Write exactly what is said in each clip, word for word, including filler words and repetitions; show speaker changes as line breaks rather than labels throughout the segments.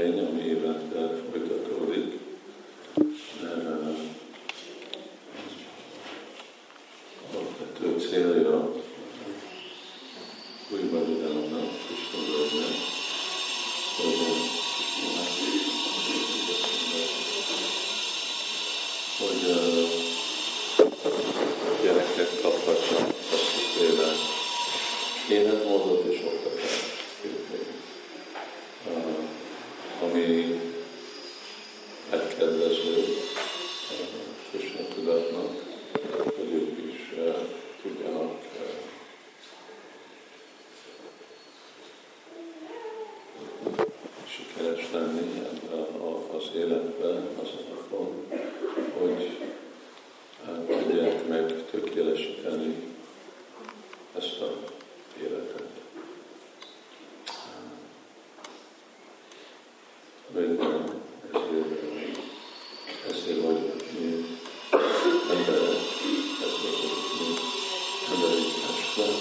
rendezvény, ami évente folytatódik. Alapvető célja új vagyodának, Krishna völgynek, hogy a gyerekek kaphatnak azt a életmódot és oktatást, ami megkedvező Krishna tudatnak, hogy ők is tudjanak sikeres lenni az életben, az alapon, hogy tudják meg tökéletesíteni ezt az életet. Végül ezért, ezért vagyunk mi emberek, ezért vagyunk mi emberi testben,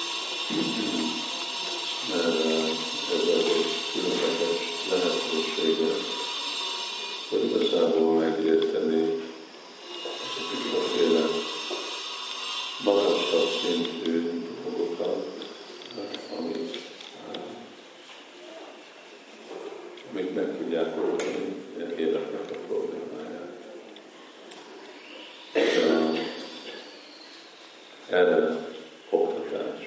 mert ez egy különleges lehetősége, hogy igazából megérteni azokféle magasabb szintű dolgokat, amik, amik meg tudják oldani életnek a problémáját. Erre oktatás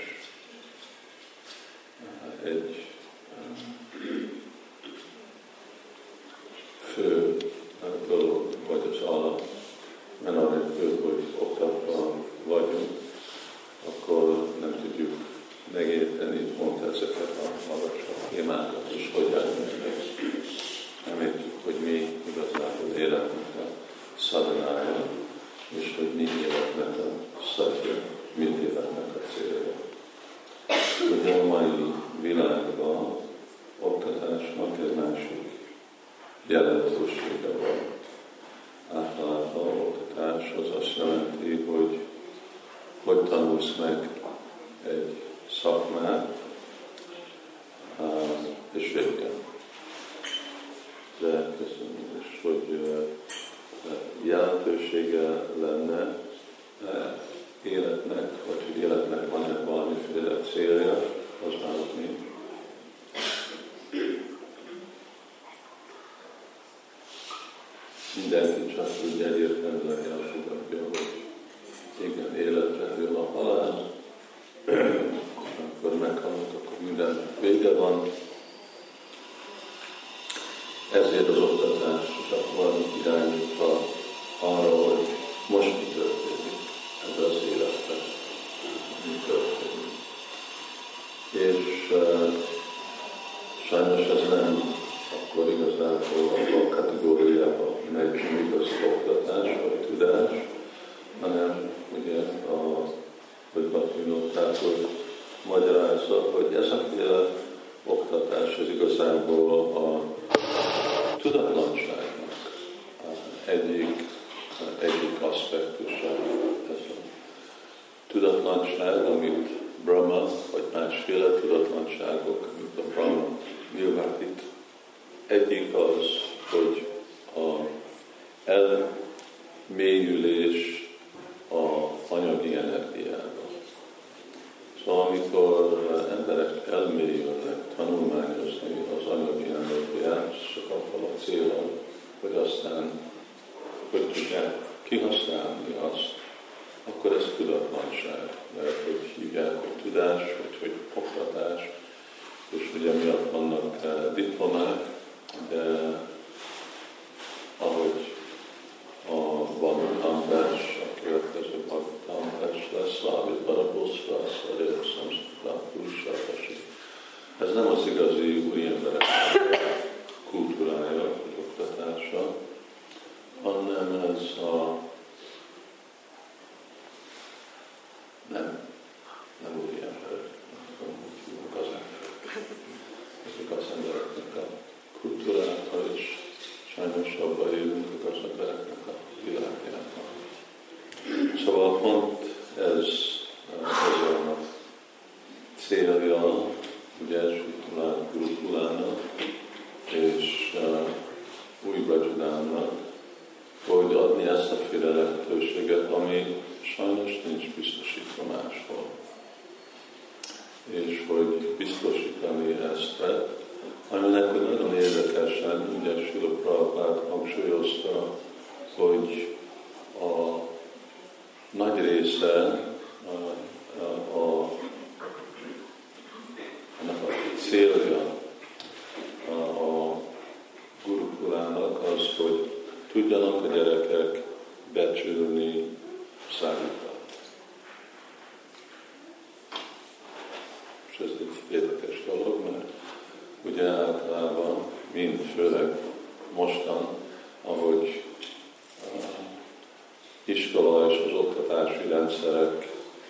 egy fő dolog, vagy az alap, mert anélkül, hogy oktatva vagyunk, akkor nem tudjuk megérteni pont ezeket a magasabb témákat, és hogy elmennek. Nem értjük, hogy mi igazából életnek a szadhanája, és hogy mi életnek a szadja, mit életnek a célja. Ugye a mai világban oktatásnak egy másik jelentősége van. Általában oktatás az azt jelenti, hogy hogy tanulsz meg egy szakmát, és vége. De köszönöm is, hogy jelentősége lenne életnek, vagy hogy életnek van-e valamiféle célja, az már ott nincs. Mindenki csak úgy egyértelműen elfogadja, hogy igen, életre jön a halál, akkor meghalnak, akkor minden vége van. Ezért az oktatás csak van irányítva arra, hogy most mi történik ebben az életben, mi történik. És uh, sajnos ez nem akkor igazából a kategóriába megy, még az oktatás vagy tudás, hanem ugye a Bhaktivinoda magyarázza, hogy ez a féle oktatás az igazából a tudatlanságnak egyik, egyik aspektusa. Ez a tudatlanság, amit Brahma, vagy másféle tudatlanságok, amit a Brahma nyilvánít. Egyik az, hogy a elmélyülés a anyagi energiába. Szóval amikor emberek elmélyülnek tanulmányozni az anyagi energiát, csak abban a célon, hogy aztán hogy tudják kihasználni azt, akkor ez tudatlanság, mert hogy hívják, hogy tudás, vagy hogy oktatás, és ugye miatt vannak diplomák, de ahogy a Bhagavatam-vers, a következő Bhagavatam-vers lesz, Szávit Baraboszva, Szvarér, Szamszkritán, Purusátasi. Ez nem az igazi úri emberek kultúrája, vagy oktatása, hanem ez a nem, nem úri emberek, hanem úgy hívunk az emberek. Ezek az embereknek a kultúrája, és sajnos abban élünk az embereknek a világjában. Szóval pont ez, ez a célja, ugye Gurukulának, és és nincs biztosítva máshol. És hogy biztosítani ezt, aminek nagyon érdekesen, ugye Srila Prabhupád hangsúlyozta, hogy a nagy része a, a, a, a célja a, a gurukulának az, hogy tudjanak a gyerekek becsülni szállítat. És ez egy érdekes dolog, mert ugye általában, mind főleg mostan, ahogy uh, iskola és az oktatási rendszereknek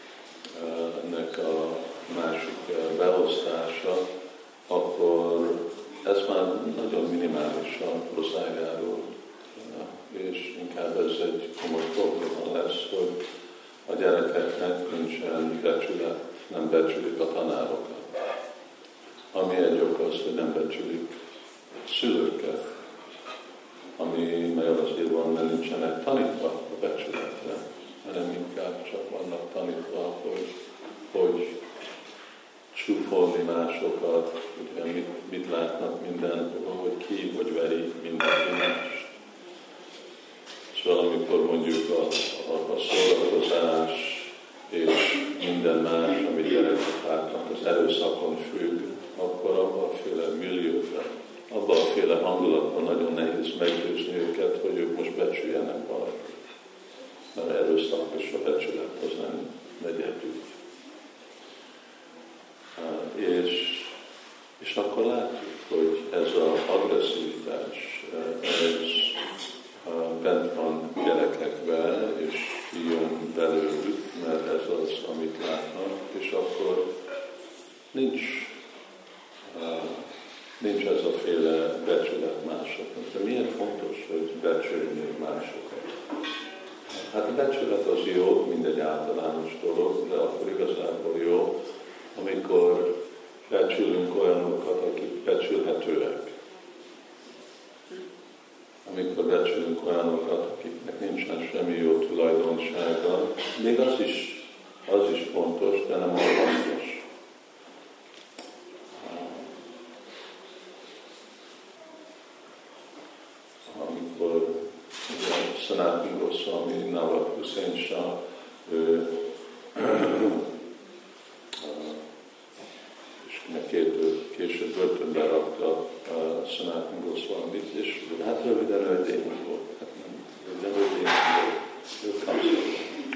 a másik uh, beosztása, akkor ez már nagyon minimálisan hozzájárul, uh, és inkább ez egy komoly probléma lesz, hogy a gyerekeknek nincsen becsület, nem becsülik a tanárokat. Ami egy ok az, hogy nem becsülik a szülőket, ami meg azért van, mert nincsenek tanítva a becsületre, hanem inkább csak vannak tanítva, hogy, hogy csúfolni másokat, ugye mit, mit látnak mindenhol, hogy ki, hogy veri mindenki más. Szóval amikor mondjuk a, a, a szórakozás és minden más, amit gyerekek látnak, az erőszakon függ, akkor abban a féle millióban, abban a féle hangulatban nagyon nehéz meggyőzni őket, hogy ők most becsüljenek valakit. Mert erőszak és a becsület az nem megy együtt. És, és akkor látjuk, hogy ez az agresszivitás, ez bent van gyerekekben, és jön belőlük, mert ez az, amit látnak, és akkor nincs, nincs ez a féle becsület másoknak. De miért fontos, hogy becsülni másokat? Hát a becsület az jó, mindegy általános dolog, de akkor igazából jó, amikor becsülünk olyanokat, akik becsülhetőek. Amikor becsülünk olyanokat, akiknek nincsen semmi jó tulajdonsága, még az is, az is fontos, de nem olyan hasznos. Amikor Sanatana Goswami, Nawab Hussain Shah, ő két később börtönbe rakta Sanatana Goswamit, és hát röviden ő démon volt. Hát nem, röviden ő démon volt. Ő kamszol.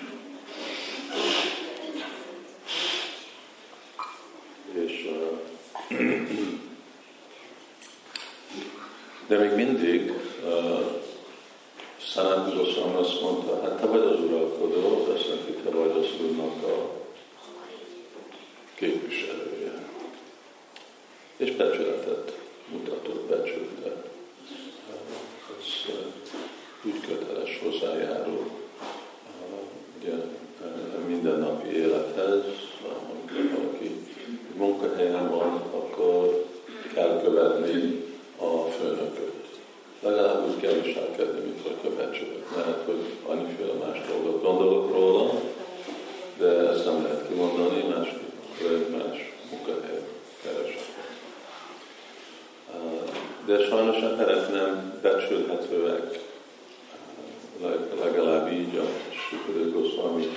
És uh, de még mindig uh, Sanatana Goswami azt mondta, hát te vagy az uralkodó, az azt jelenti, te vagy az úrnak a képviselője. És becsületet mutatott, becsülte. Ez úgy köteles hozzájárul ugye, mindennapi élethez. Amikor valaki munkahelyen van, akkor kell követni a főnököt. Legalább úgy kell viselkedni, mint hogyha becsület. Lehet, hogy annyiféle más dolgot gondolok róla, de ezt nem lehet kimondani, más, más munkahelyen keresek. De sajnos emberek nem becsülhetőek, legalább így a Srila Goswami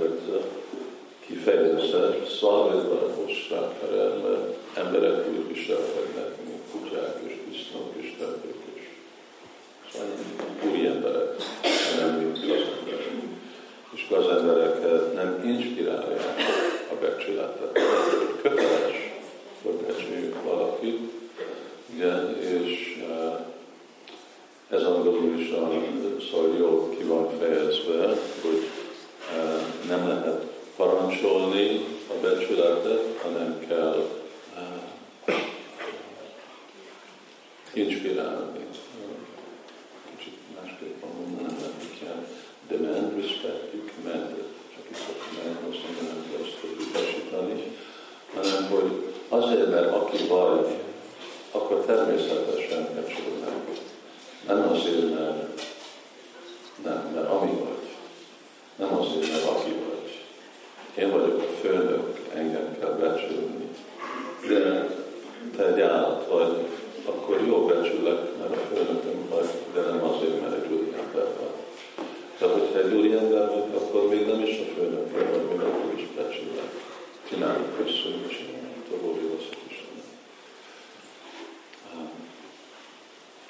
kifejezze, szalvédva hosszákere, mert emberek úgy viselkednek, mint kutyák és disznók és tervők is. Szóval új emberek, nem mint gazemberek. És gazembereket nem inspirálják a becsületet. Köteles, hogy becsüljük valakit, igen, és uh, ez angolul is szóval jól ki van fejezve, hogy uh, nem lehet parancsolni a becsületet, hanem kell uh, inspirálni. Kicsit másképpen mondanám, hogy kell demand respect, you command it. Csak itt a command, azt mondanám, hogy azt tudjuk utasítani, hanem hogy azért, mert aki vagy, akkor természetesen becsülnek. Nem azért, mert nem, mert ami vagy. Nem azért, mert aki vagy.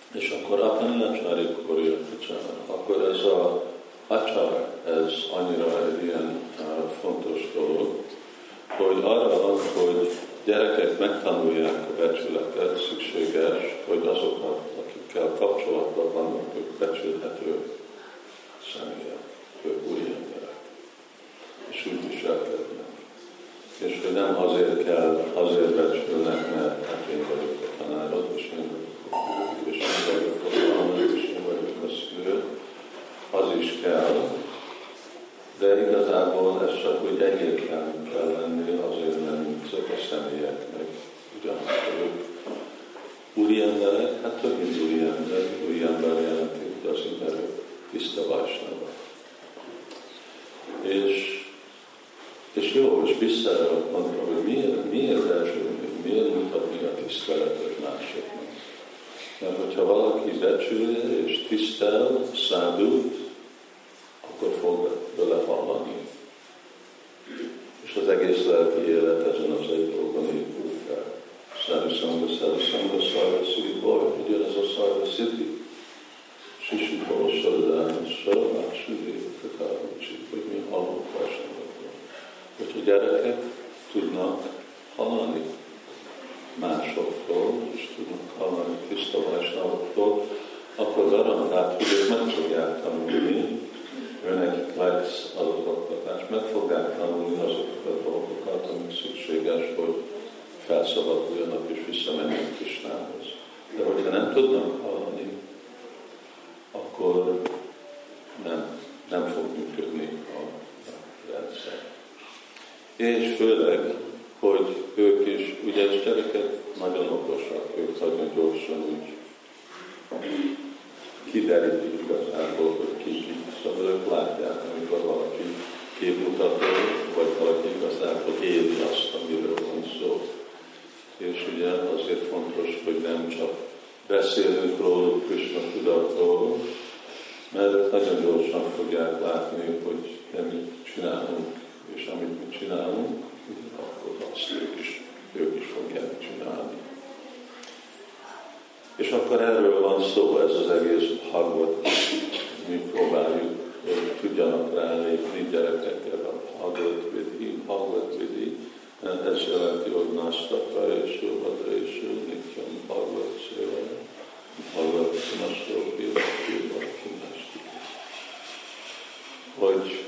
És akkor Apanilacsári Korya, akkor ez a acsár, ez annyira egy ilyen uh, fontos dolog, hogy arra van, hogy gyerekek megtanulják a becsületet, szükséges, hogy azokat, akikkel kapcsolatban vannak, ők becsülhető személyek, ők új emberek, és úgy viselkednek. És hogy nem azért kell, azért becsülnek, mert hát én vagyok a tanárod, és én vagyok a és én vagyok a tanár, és én vagyok a szülő, az is kell, de igazából ez csak úgy egyértelmű kell lenni, azért nem ezek a személyek meg ugyanakkor úriemberek, hát több mint úriember, úriember jelenti, hogy az ember tiszta Vajsnava. És, és jó, és vissza mondta, hogy miért, miért becsülni, miért mutatni a tiszteletet másoknak. Mert hogyha valaki becsülje és tisztel szádút, akkor fog vele hallani. És az egész lelki élet ezen az egy dolgon épül fel. Szári szanga, szári szanga, szári szüli baj, ugyanez a szári sziti. Sisi baj, saradán, saradán, süli, kakármicsi, hogy mi hallunk Vajsnavokról. Hogyha gyerekek tudnak hallani másoktól, és tudnak hallani tiszta Vajsnavoktól, akkor garantált, hogy ők meg fogják tanulni, őnek lesz az az oktatás, meg fogják tanulni azokat a dolgokat, amik szükséges, hogy felszabaduljanak és visszamenjenek Krisnához. De hogyha nem tudnak hallani, akkor nem, nem fog működni a rendszer. És főleg, hogy ők is, ugye a gyerekek nagyon okosak, ők nagyon gyorsan úgy kiderítik igazából, hogy ki ki. Szóval ők látják, amikor valaki képmutató, vagy valaki igazából éli azt, amiről van szó. És ugye azért fontos, hogy nem csak beszélünk róluk Krishna tudatról, mert ők nagyon gyorsan fogják látni, hogy mit csinálunk, és amit mi csinálunk, akkor azt ők is, ők is fogják csinálni. És akkor erről van szó, ez az egész Bhagavad, mi próbáljuk, hogy tudjanak rálépni gyerekekkel a Bhagavad Vidhi, Bhagavad Vidhi, ez jelenti, hogy Nastatra és Jóvadra és Nityam Bhagavad Sévara, Bhagavad Nastro, Bhagavad Kinasti. Hogy,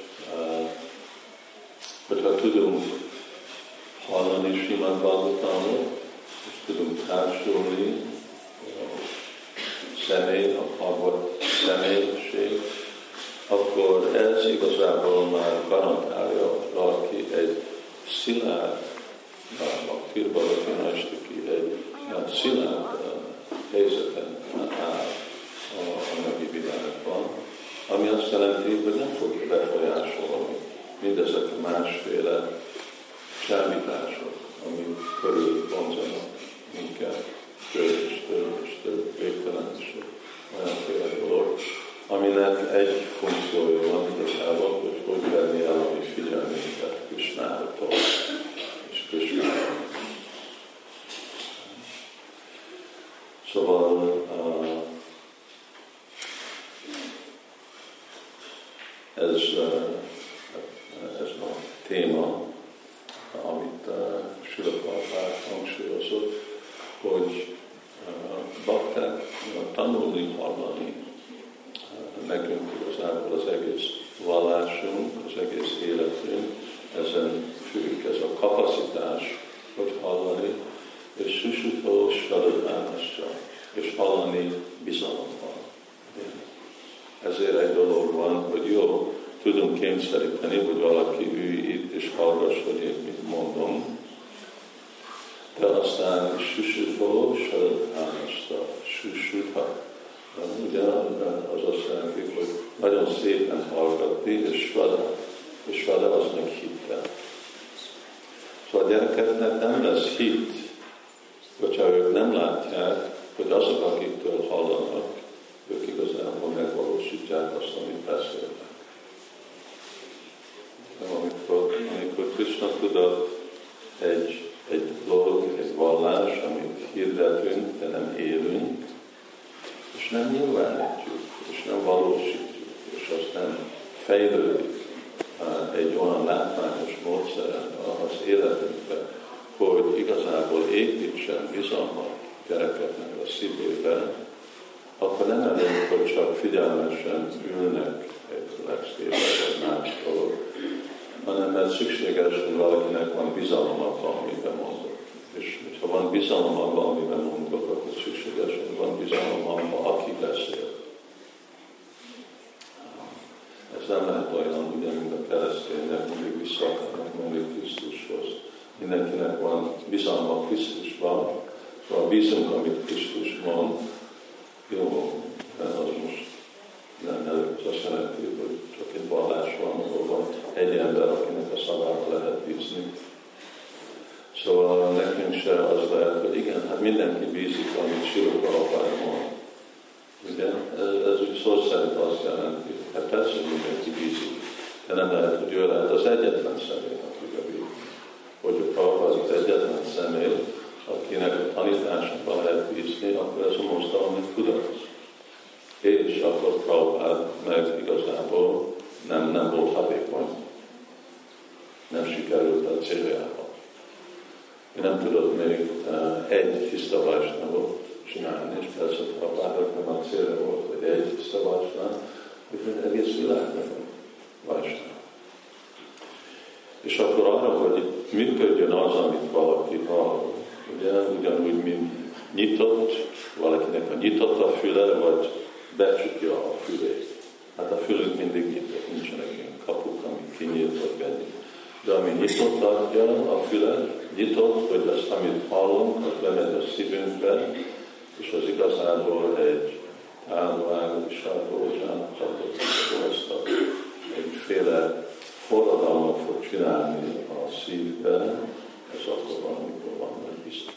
hogyha tudunk hallani Srimad Bhagavatamot, és tudunk társulni személy, a Bhagavad személység, akkor ez igazából már garantálja, hogy valaki egy szilárd, a Tirbalatinaistiki egy szilárd helyzeten áll a anyagi világban, ami azt jelenti, hogy nem fogja befolyásolni mindezek a másféle csábítások, amik körül vonzanak minket, több és több és több végtelen és olyanféle dolog, aminek egy funkciója van igazából, hogy hogy venni el a mi figyelmünket Krishnától és Krishnára. Szóval ez, ez a téma, amit Srila Prabhupád hangsúlyozott, hogy bakták tanulni, hallani, nekünk igazából az egész vallásunk, az egész életünk, ezen függ ez a kapacitás, hogy hallani, és susutó saradánasra, és hallani bizalommal. Ezért egy dolog van, hogy jó, tudunk kényszeríteni, hogy valaki ülj itt és hallgass, hogy én mit mondom, de aztán susutó saradánasra, susutha. Ugye az azt jelenti, hogy nagyon szépen hallgatni, és svada, és svada az meg hittel. Szóval a gyerekeknek nem lesz hit, hogyha ők nem látják, hogy azok, akiktől hallanak, ők igazából megvalósítják azt, amit beszélnek. Amikor, amikor Krishna tudat egy, egy dolog, egy vallás, amit hirdetünk, de nem élünk, nem nyilvánítjuk, és nem valósítjuk, és azt nem fejlődik egy olyan látványos módszeren az életünkben, hogy igazából építsen bizalmat gyerekeknek a szívébe, akkor nem elég, hogy csak figyelmesen ülnek egy legszépen vagy más dolog, hanem mert szükséges, hogy valakinek van bizalom abban, amiben mondok. És ha van bizalom abban, amiben mondok, akkor szükséges, hogy van bizalom abban, aki beszél. Ez nem lehet olyan, ugye, mint a keresztények, mindig vissza akarnak menni Krisztushoz. Mindenkinek van bizalma Krisztusban, szóval bízunk, amit Krisztus mond, jó, mert az most nem előtt azt jelenti, hogy csak egy vallás van, ahol van egy ember, akinek a szavára lehet bízni. Szóval nekünk se az lehet, hogy igen, hát mindenki bízik, amit Srila Prabhupád mond. Ugye? Ez, ez úgy szó szerint azt jelenti, hát persze mindenki bízik, de nem lehet, hogy ő lehet az egyetlen személy, akivel bízik. Hogy a Prabhupád az egyetlen személy, akinek a tanításokban lehet bízni, akkor ez a mozgalmi kudarc. És akkor Prabhupád meg igazából nem, nem volt hatékony. Nem sikerült a céljába. Én nem tudod még uh, egy tiszta vajsnavot csinálni, és persze Prabhupádnak nem a célja volt, hogy egy tiszta vajsnav, hogy egész világban vajsnav. És akkor arra, hogy működjön az, amit valaki hall, ugye, ugyanúgy, mint nyitott, valakinek a nyitott a füle, vagy becsukja a fülét. Hát a fülünk mindig nyitott, nincsenek ilyen kapuk, amik kinyílt, vagy benyílt. De ami nyitott tartja a fület, nyitott, hogy ezt, amit hallunk, az bemegy a szívünkbe, és az igazából egy áldovág, viselgózsán, csak egyféle forradalmat fog csinálni a szívben, ez akkor valamikor van, hogy biztos.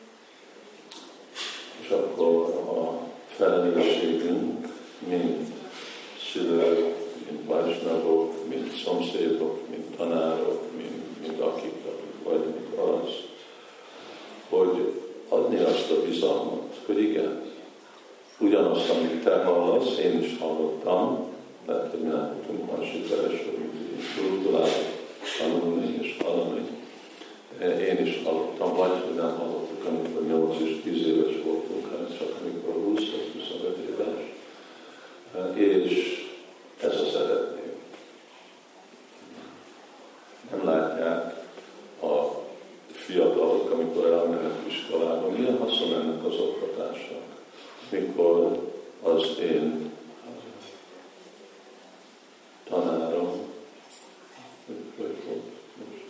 És akkor a felelősségünk, mint szülők, mint vajsnavok, mint szomszédok, mint tanárok, mint, mint akik, akik vagyunk az, hogy adni azt a bizalmat, hogy igen, ugyanazt, amit te hallasz, én is hallottam, mert hogy mi nem tudunk már sikeres, hogy tudulálni, tanulni és hallani. Én is hallottam, vagy hogy nem hallottuk, amikor nyolc és tíz éves voltunk, hanem csak amikor húsz vagy huszonöt éves. És ez az eredmény. Nem látják a fiatalok, amikor elmennek iskolába, milyen haszon ennek az oktatásnak, mikor az én tanárom, hogy volt, most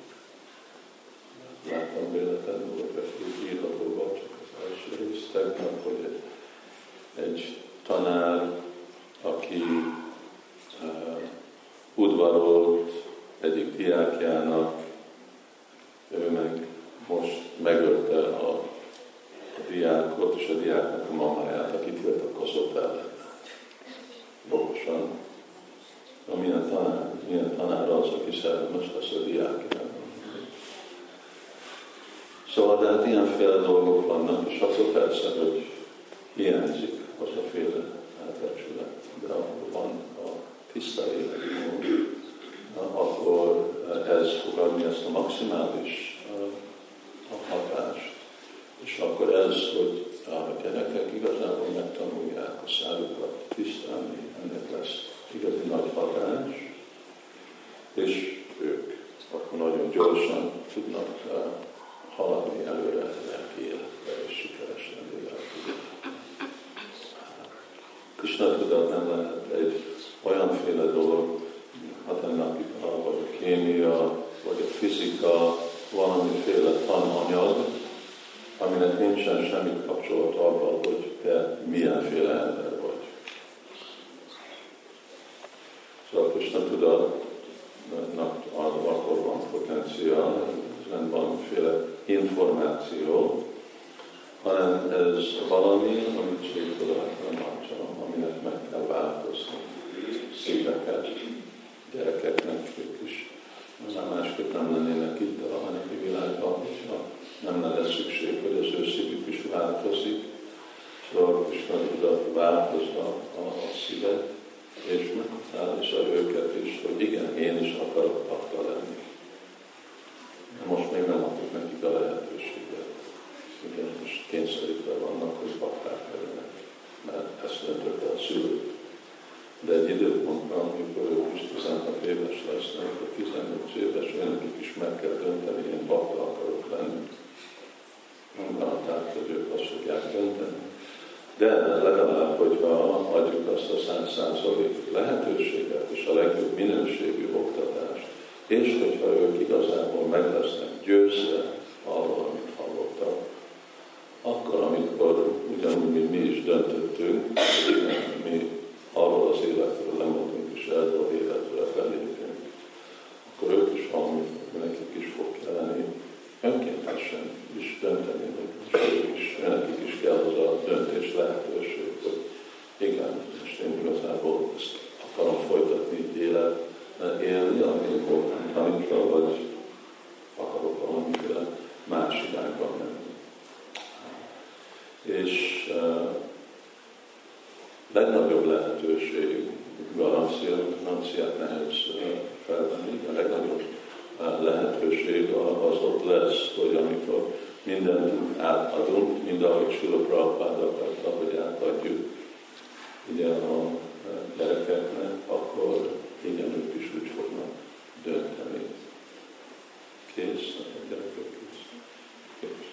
láttam véletlenül, hogy egy írhatóban, csak az első rész tegnap, hogy egy, egy tanár, aki uh, udvarolt egyik diákjának, ő meg most megölte a, a diákot, és a diáknak a mamáját, aki tiltakozott ellen. Jogosan. Milyen tanár, milyen tanár az, aki szerelmes lesz a diákjának. Szóval, de hát ilyenféle dolgok vannak, és akkor persze, hogy hiányzik az a féle elbecsület. De ahol van a tiszta életmód, akkor ez fog adni ezt a maximális a hatást. És akkor ez, hogy a gyerekek igazából megtanulják a szájukat tisztelni, ennek lesz igazi nagy hatás, és ők akkor nagyon gyorsan tudnak haladni előre lelki életbe, és sikeres lenni lelki életbe. Krishna tudat nem lehet egy olyanféle dolog, matematikai, vagy a kémia, vagy a fizika, valamiféle tananyag, aminek nincsen semmi kapcsolat abban, hogy te milyenféle ember vagy. Szóval Krishna tudatnak akkor van potenciál, ez nem valamiféle információ, hanem ez valami, amit Csaitanya Mantra, aminek meg kell változni szíveket, gyerekeknek ők is. Már másképp nem lennének itt a anyagi világban, hogyha nem lenne szükség, hogy az ő szívük is változik. Szóval Krishna tudat változza a, a szívet, és meghatározza őket is, hogy igen, én is akarok bakta lenni. Most még nem adtuk nekik a lehetőséget. Igen, most kényszerítve vannak, hogy bakták legyenek, mert ezt döntötte a szülők. De egy időpontban, amikor ők is tizenhat éves lesznek, a tizennyolc éves, önökük is meg kell dönteni, én bakta akarok lenni. Nem garantált, hogy ők azt fogják dönteni. De legalább, hogyha adjuk azt a száz százalék lehetőséget és a legjobb minőségű oktatást, és hogyha ők igazából meg lesznek győzve arról, amit hallottak, akkor, amikor ugyanúgy, mint mi is döntöttünk, hogy igen, mi arról az életről lemondunk, és erről az életről belépünk, akkor ők is valami, nekik is fog kelleni önkéntesen is dönteni, és ők is, nekik is kell az a döntés lehetőség, hogy igen, és én igazából ezt akarom folytatni így élet, élni, amit voltam tanítva, vagy akarok valamiféle más irányban menni. És uh, legnagyobb lehetőség, garanciát nehéz uh, felvenni, a legnagyobb uh, lehetőség az ott lesz, hogy amikor mindent átadunk, mind ahogy Srila Prabhupád akarta, hogy átadjuk ugye a gyerekeknek, akkor igen, ők is úgy fognak dönteni. Kész, a gyerekek kész. Kész.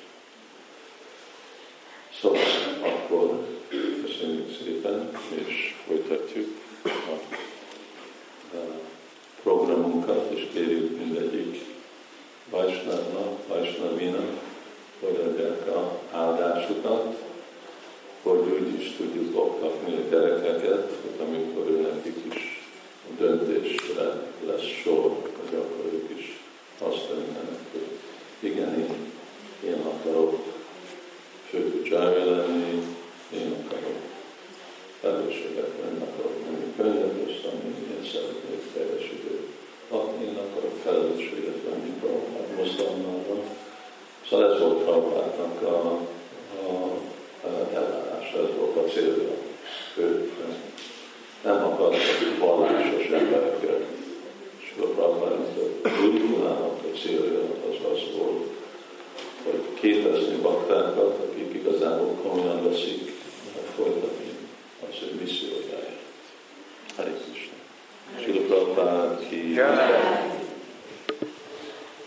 Szóval akkor köszönjük szépen, és folytatjuk a, a programunkat, és kérjük mindegyik Vaisnavnak, Vaisnavinak, hogy adják a áldásukat, hogy úgy is tudjuk oktatni a gyerekeket, hogy amikor ő nekik is a döntésre lesz sor, hogy akkor ők is azt döntenek, hogy igen, én, én akarok főkucsája lenni, én akarok felelősséget venni, akarok menni könyvet tanulni, én szeretnék teljes időt. Én akarok felelősséget venni Prabhupád mozdalmára. Szóval ez volt Prabhupádnak a, a, a elvárása, ez volt a célja. Ő nem akartak vallásos embereket. És a Prabhupádnak a Gurikulának a célja az az volt, hogy képezni baktákat, akik igazából komolyan veszik, folytatni az ő missziójáját. Hare Krishna. Srila Prabhupád ki